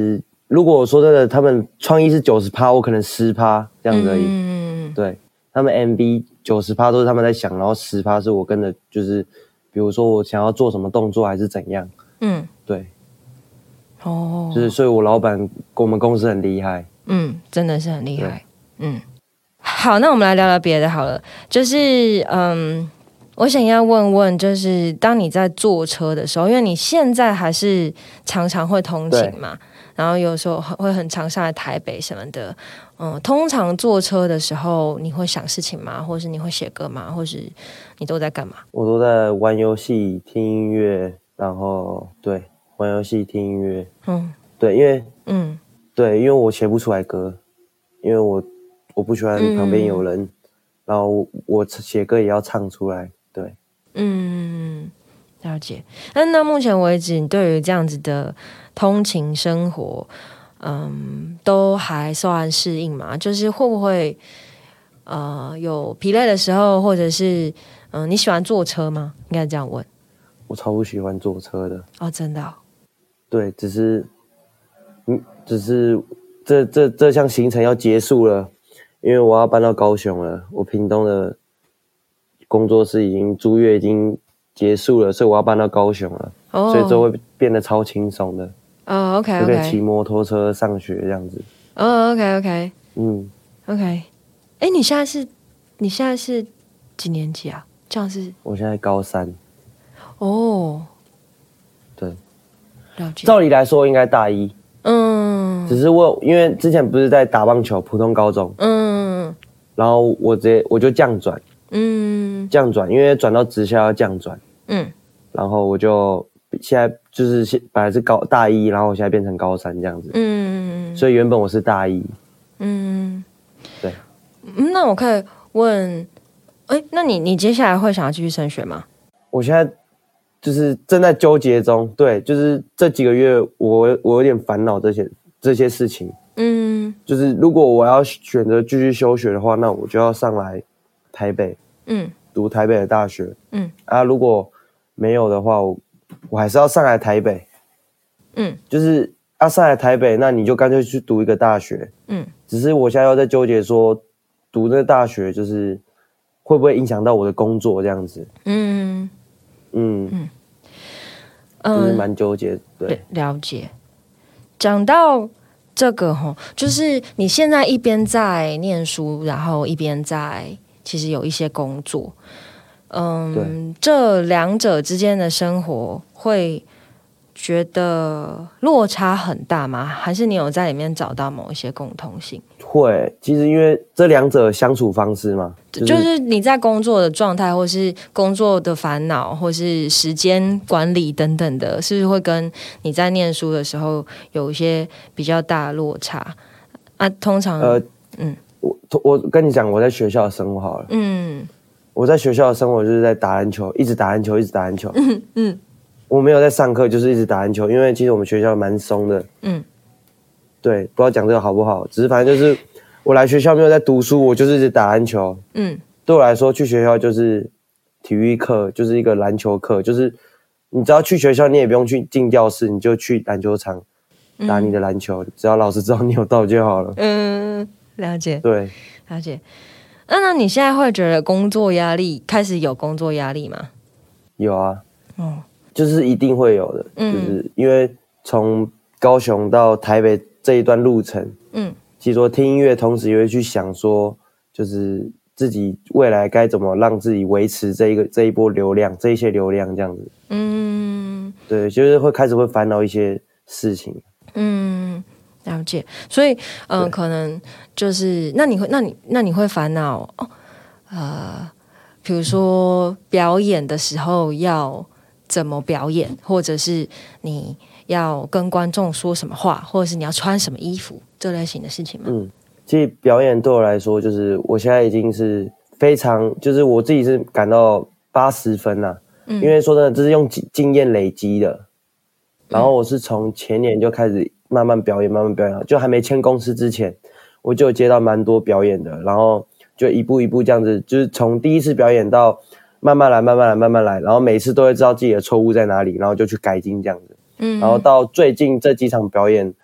如果我说真的，他们创意是 百分之九十， 我可能 百分之十 这样子而已。 嗯， 对，他们 M V 百分之九十 都是他们在想，然后 百分之十 是我跟着，就是比如说我想要做什么动作还是怎样。嗯，对。哦，就是所以我老板跟我们公司很厉害。 嗯，真的是很厉害。嗯，好，那我们来聊聊别的好了，就是嗯。我想要问问，就是当你在坐车的时候，因为你现在还是常常会通勤嘛，然后有时候会很常上来台北什么的，嗯，通常坐车的时候，你会想事情吗？或是你会写歌吗？或是你都在干嘛？ 我都在玩游戏、听音乐，然后对，玩游戏、听音乐，嗯，对，因为嗯，对，因为我写不出来歌，因为我我不喜欢旁边有人，嗯、然后我写歌也要唱出来。对， 嗯，了解。那到目前为止，你对于这样子的通勤生活，嗯，都还算适应吗？就是会不会呃有疲累的时候，或者是嗯、呃、你喜欢坐车吗？应该这样问。 我超不喜欢坐车的。 哦，真的、哦？ 对，只是嗯，只是这这这项行程要结束了，因为我要搬到高雄了，我屏东的工作室已经租约已经结束了，所以我要搬到高雄了， oh. 所以就会变得超轻松的。 哦、oh, ，OK OK， 就可以骑摩托车上学这样子。 哦、oh, OK OK， 嗯 OK， 哎，你现在是你现在是几年级啊？这样是？ 我现在高三。 哦、oh. 对， 了解。 照理来说应该大一，嗯，只是我因为之前不是在打棒球，普通高中，嗯，然后我直接我就降转。嗯，降转，因为转到职校要降转，嗯，然后我就现在就是本来是高大一，然后我现在变成高三这样子，嗯，所以原本我是大一，嗯，对， 嗯，那我可以问，哎，那你你接下来会想要继续升学吗？ 我现在就是正在纠结中，对，就是这几个月我我有点烦恼这些这些事情，嗯，就是如果我要选择继续休学的话，那我就要上来台北，嗯，读台北的大学，嗯，啊，如果没有的话，我我还是要上来台北，嗯，就是要上来台北，那你就干脆去读一个大学，嗯，只是我现在要在纠结说，读那个大学就是会不会影响到我的工作这样子，嗯嗯嗯，就是蛮纠结，对， 了解。讲到这个齁，就是你现在一边在念书，然后一边在。其实有一些工作，嗯，这两者之间的生活会觉得落差很大吗？还是你有在里面找到某一些共同性？ 会，其实因为这两者相处方式嘛， 就是、就是你在工作的状态，或是工作的烦恼，或是时间管理等等的，是不是会跟你在念书的时候有一些比较大的落差啊？通常，呃，嗯。 我我跟你讲，我在学校的生活好了。嗯，我在学校的生活就是在打篮球，一直打篮球，一直打篮球。嗯嗯，我没有在上课，就是一直打篮球，因为其实我们学校蛮松的。嗯，对，不知道讲这个好不好，只是反正就是我来学校没有在读书，我就是一直打篮球。嗯，对我来说，去学校就是体育课，就是一个篮球课，就是你只要去学校，你也不用去进教室，你就去篮球场打你的篮球，嗯、只要老师知道你有到就好了。嗯。 了解， 对， 了解。那那你现在会觉得工作压力开始有工作压力吗？ 有啊，哦，就是一定会有的，嗯，就是因为从高雄到台北这一段路程，嗯，其实说听音乐，同时也会去想说，就是自己未来该怎么让自己维持这一个这一波流量，这一些流量这样子，嗯，对，就是会开始会烦恼一些事情，嗯。 了解，所以嗯、呃，可能就是那你会，那你那你会烦恼哦，呃，比如说表演的时候要怎么表演，或者是你要跟观众说什么话，或者是你要穿什么衣服，这类型的事情吗？ 嗯，其实表演对我来说，就是我现在已经是非常，就是我自己是感到八十分啦、啊嗯，因为说真的，这是用经验累积的，然后我是从前年就开始。慢慢表演，慢慢表演，就还没签公司之前，我就有接到蛮多表演的，然后就一步一步这样子，就是从第一次表演到慢慢来，慢慢来，慢慢来，然后每次都会知道自己的错误在哪里，然后就去改进这样子。嗯，然后到最近这几场表演，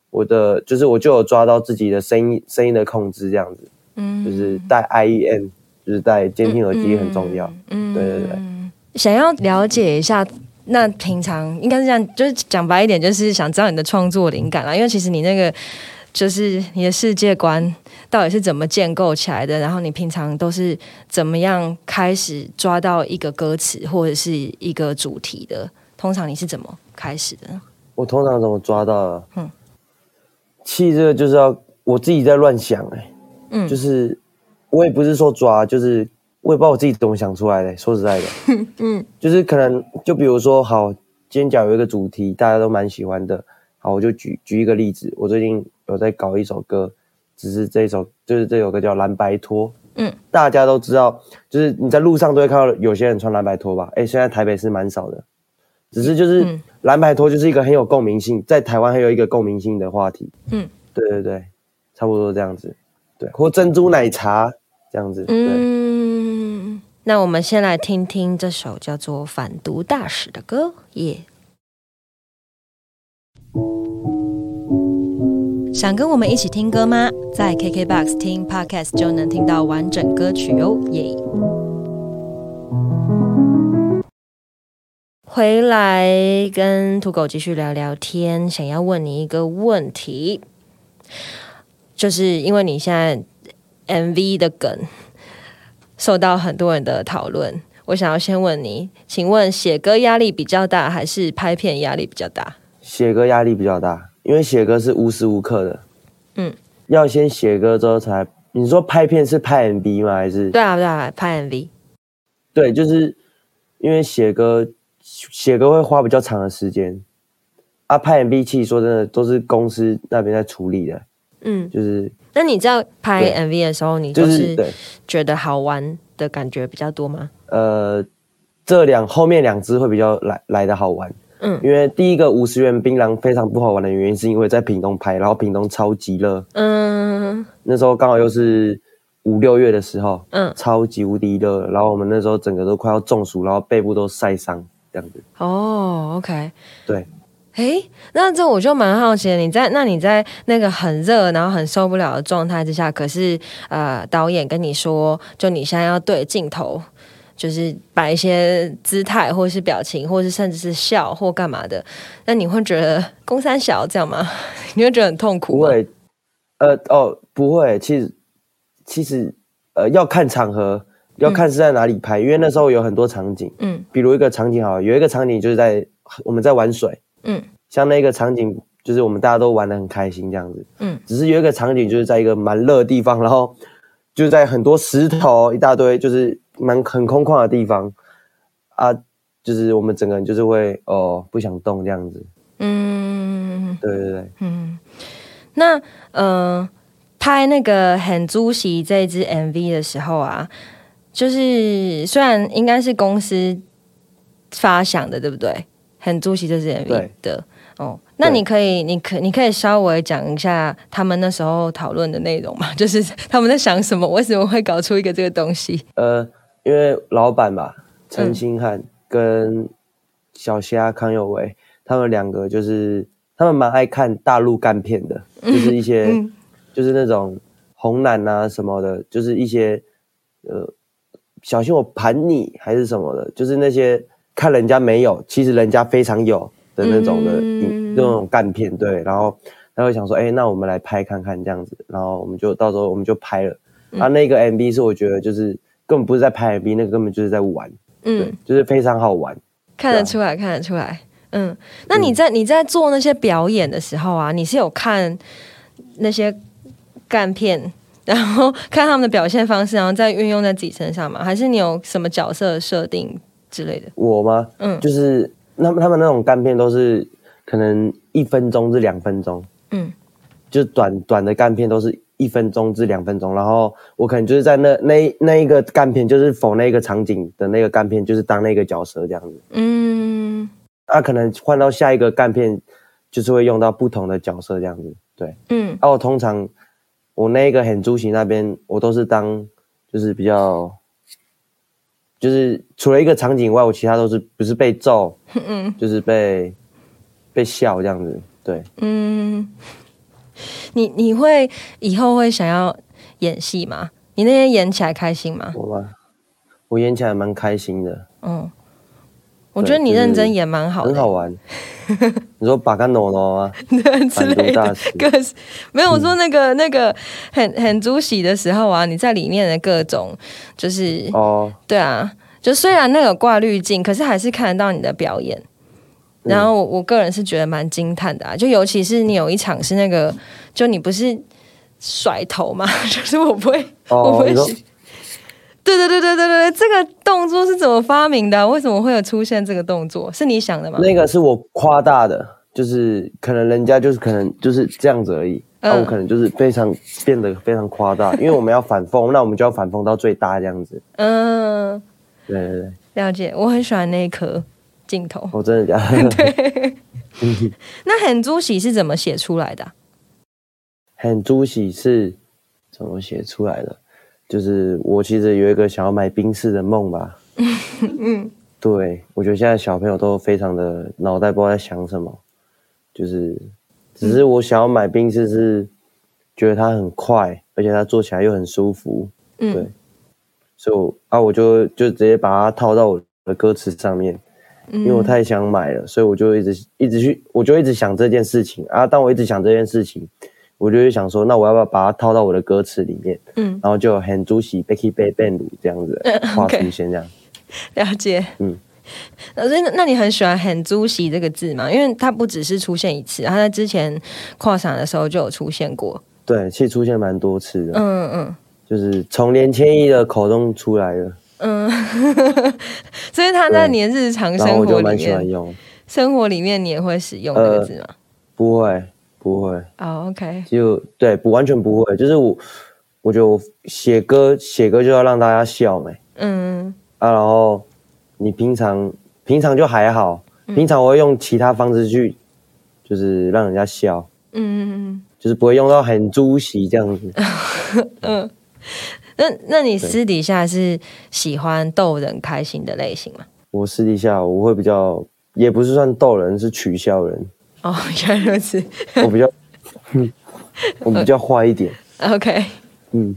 我的就是我就有抓到自己的声音声音的控制这样子，嗯，就是戴 I E M， 就是戴监听耳机很重要，嗯，对对对。 想要了解一下，那平常应该是这样，就是讲白一点，就是想知道你的创作灵感啦，因为其实你那个就是你的世界观到底是怎么建构起来的，然后你平常都是怎么样开始抓到一个歌词或者是一个主题的？通常你是怎么开始的？ 我通常怎么抓到的？嗯，其实这个就是要我自己在乱想哎、欸，嗯，就是我也不是说抓，就是我也不知道我自己怎么想出来的、欸。说实在的，嗯，就是可能就比如说，好，今天假如有一个主题大家都蛮喜欢的，好，我就举举一个例子，我最近有在搞一首歌，只是这一首就是这首歌叫蓝白拖，嗯，大家都知道，就是你在路上都会看到有些人穿蓝白拖吧？哎、欸，现在台北是蛮少的。只是就是蓝白拖就是一个很有共鸣性，在台湾很有一个共鸣性的话题。嗯，对对对，差不多这样子。对，或珍珠奶茶这样子。 嗯，那我们先来听听这首叫做《反毒大使》的歌，耶、yeah。想跟我们一起听歌吗？在 K K B O X 听 Podcast 就能听到完整歌曲哦，耶、yeah。回来跟土狗继续聊聊天，想要问你一个问题，就是因为你现在 M V 的梗受到很多人的讨论，我想要先问你，请问写歌压力比较大还是拍片压力比较大？ 写歌压力比较大，因为写歌是无时无刻的，嗯，要先写歌之后才。你说拍片是拍 M V 吗？还是？ 对啊对啊，拍 M V。 对，就是因为写歌。写歌会花比较长的时间，啊，拍 M V 其实说真的都是公司那边在处理的，嗯，就是。 那你在拍 M V 的时候，你就是觉得好玩的感觉比较多吗？ 呃，这两后面两支会比较来来的好玩，嗯，因为第一个五十元槟榔非常不好玩的原因是因为在屏东拍，然后屏东超级热，嗯，那时候刚好又是。五六月的时候，嗯，超级无敌热，然后我们那时候整个都快要中暑，然后背部都晒伤这样子。 哦 ，OK， 对。 哎，那这我就蛮好奇的，你在那你在那个很热，然后很受不了的状态之下，可是呃，导演跟你说，就你现在要对镜头，就是摆一些姿态，或是表情，或是甚至是笑或干嘛的，那你会觉得公三小这样吗？你会觉得很痛苦吗？ 不会，呃，哦，不会，其实。其实，呃，要看场合，要看是在哪里拍，嗯、因为那时候有很多场景，嗯，比如一个场景好了，有一个场景就是在我们在玩水，嗯，像那个场景就是我们大家都玩得很开心这样子，嗯，只是有一个场景就是在一个蛮热的地方，然后就是在很多石头一大堆，就是蛮很空旷的地方啊，就是我们整个人就是会哦不想动这样子，嗯，对对对， 嗯，那呃。拍那个很主席这一支 M V 的时候啊，就是虽然应该是公司发想的，对不对？很主席这支 M V 的哦，那你可以，你可你可以稍微讲一下他们那时候讨论的内容吗？就是他们在想什么，为什么会搞出一个这个东西？ 呃，因为老板吧，陈星汉跟小虾康有为，他们两个就是他们蛮爱看大陆干片的，就是一些。嗯就是那种红男啊什么的，就是一些呃，小心我盘你还是什么的，就是那些看人家没有，其实人家非常有的那种的，嗯、那种干片，对。然后他会想说，哎、欸，那我们来拍看看这样子，然后我们就到时候我们就拍了。嗯、啊，那个 M V 是我觉得就是根本不是在拍 M V， 那个根本就是在玩，嗯，对，就是非常好玩， 看得出来，看得出来，嗯。那你在、嗯、你在做那些表演的时候啊，你是有看那些干片，然后看他们的表现方式，然后再运用在自己身上吗？还是你有什么角色设定之类的？ 我吗？嗯，就是他们他们那种干片都是可能一分钟至两分钟，嗯，就短短的干片都是一分钟至两分钟，然后我可能就是在那那那一个干片，就是否那个场景的那个干片，就是当那个角色这样子，嗯，啊，可能换到下一个干片，就是会用到不同的角色这样子，对，嗯，啊，我通常。我那个很主席那边，我都是当就是比较，就是除了一个场景外，我其他都是不是被揍，嗯，就是被被笑这样子，对，嗯， 你你会以后会想要演戏吗？你那天演起来开心吗？ 我吗？我演起来蛮开心的。 嗯，我觉得你认真演蛮好的、欸， 很好玩。你说把干诺诺吗？ 之类的，各没有我说那个、嗯、那个很很猪喜的时候啊，你在里面的各种就是哦，对啊，就虽然那个挂滤镜，可是还是看得到你的表演。然后我我个人是觉得蛮惊叹的啊，就尤其是你有一场是那个，就你不是甩头嘛，就是我不会，哦、我不会。对对对对对对，这个动作是怎么发明的、啊？为什么会有出现这个动作？是你想的吗？ 那个是我夸大的，就是可能人家就是可能就是这样子而已，那、嗯啊、我可能就是非常变得非常夸大，因为我们要反讽，那我们就要反讽到最大这样子。嗯，对对对， 了解。我很喜欢那一颗镜头。 我、哦、真的假的？ 对。那很猪喜是怎么写出来的、啊？ 很猪喜是怎么写出来的？就是我其实有一个想要买宾士的梦吧，嗯，对，我觉得现在小朋友都非常的脑袋不知道在想什么，就是只是我想要买宾士是觉得它很快，而且它坐起来又很舒服，嗯，对，所以我啊我就就直接把它套到我的歌词上面，因为我太想买了，所以我就一直一直去，我就一直想这件事情啊，当我一直想这件事情。我就会想说，那我要不要把它套到我的歌词里面？嗯，然后就很主喜 Becky Bay Ben 这样子画出现这样。 了解。嗯，所以那你很喜欢很主喜这个字吗？因为它不只是出现一次，它在之前跨场的时候就有出现过。 对，其实出现蛮多次的。嗯嗯，就是从连千亿的口中出来的。嗯， 所以它在你的日常生活里面， 我就蛮喜欢用。 生活里面你也会使用这个字吗？ 呃、不会。不会哦、oh, ，OK， 就对，不完全不会，就是我，我觉得我写歌写歌就要让大家笑没，嗯啊，然后你平常平常就还好，嗯、平常我会用其他方式去，就是让人家笑，嗯，就是不会用到很猪喜这样子， 嗯，那那你私底下是喜欢逗人开心的类型吗？ 我私底下我会比较，也不是算逗人，是取笑人。 哦，原来如此。 我比较，我比较坏一点。 OK， 嗯。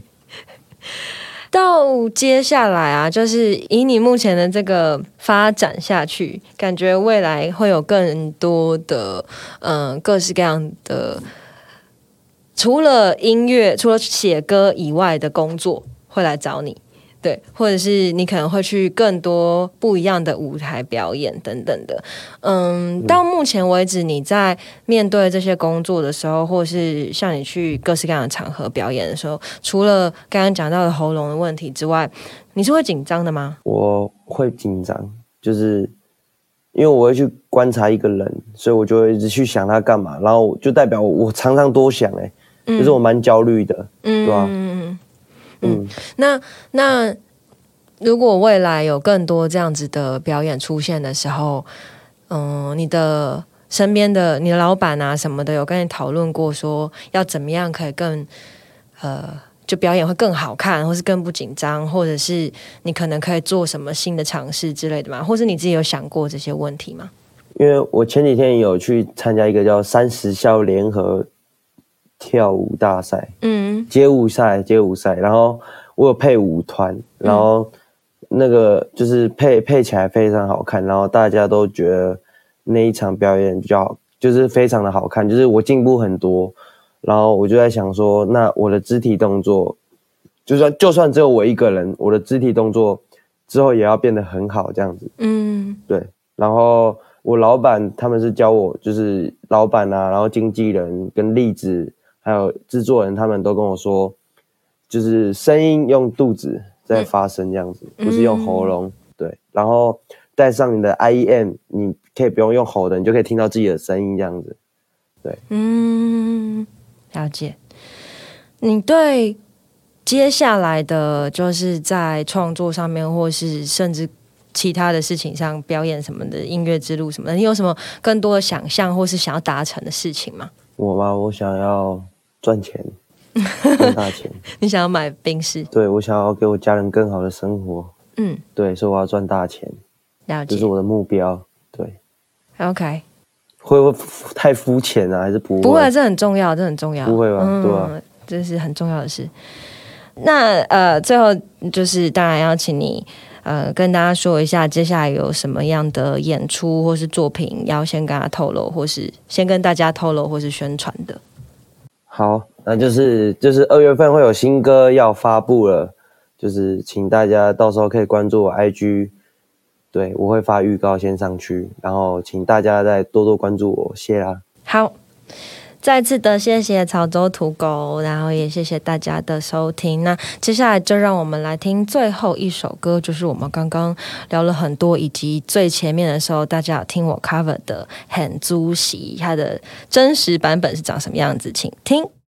到接下来啊，就是以你目前的这个发展下去，感觉未来会有更多的嗯、呃、各式各样的，除了音乐、除了写歌以外的工作会来找你。对，或者是你可能会去更多不一样的舞台表演等等的，嗯，到目前为止，你在面对这些工作的时候，或是像你去各式各样的场合表演的时候，除了刚刚讲到的喉咙的问题之外，你是会紧张的吗？ 我会紧张，就是因为我会去观察一个人，所以我就会一直去想他干嘛，然后就代表我常常多想、欸，哎、嗯，就是我蛮焦虑的，嗯，对吧？嗯。 嗯，那那如果未来有更多这样子的表演出现的时候，嗯，你的身边的你的老板啊什么的，有跟你讨论过说要怎么样可以更呃，就表演会更好看，或是更不紧张，或者是你可能可以做什么新的尝试之类的吗？或是你自己有想过这些问题吗？ 因为我前几天有去参加一个叫三十校联合跳舞大赛，嗯，街舞赛，街舞赛，然后我有配舞团，然后那个就是配配起来非常好看，然后大家都觉得那一场表演比较就是非常的好看，就是我进步很多，然后我就在想说，那我的肢体动作，就算就算只有我一个人，我的肢体动作之后也要变得很好，这样子，嗯，对，然后我老板他们是教我，就是老板啊，然后经纪人跟栗子。还有制作人他们都跟我说，就是声音用肚子在发声这样子，嗯、不是用喉咙。嗯、对，然后带上你的 I E M， 你可以不用用吼的，你就可以听到自己的声音这样子。对， 嗯，了解。你对接下来的，就是在创作上面，或是甚至其他的事情上，表演什么的，音乐之路什么的，你有什么更多的想象，或是想要达成的事情吗？ 我吗？我想要赚钱，赚大钱。 你想要买宾士？ 对，我想要给我家人更好的生活。嗯，对，所以我要赚大钱， 了解， 这是我的目标。对 ，OK。 会不会太肤浅啊？还是不会？ 不会，这很重要，这很重要。 不会吧？嗯、对吧、啊？ 这是很重要的事。那呃，最后就是当然要请你呃跟大家说一下，接下来有什么样的演出或是作品要先跟他透露，或是先跟大家透露，或是宣传的。 好，那就是就是二月份会有新歌要发布了，就是请大家到时候可以关注我 I G， 对我会发预告先上去，然后请大家再多多关注我，谢啦。 好。再次的谢谢潮州土狗，然后也谢谢大家的收听。那接下来就让我们来听最后一首歌，就是我们刚刚聊了很多，以及最前面的时候大家有听我 cover 的《很租席》，它的真实版本是长什么样子，请听。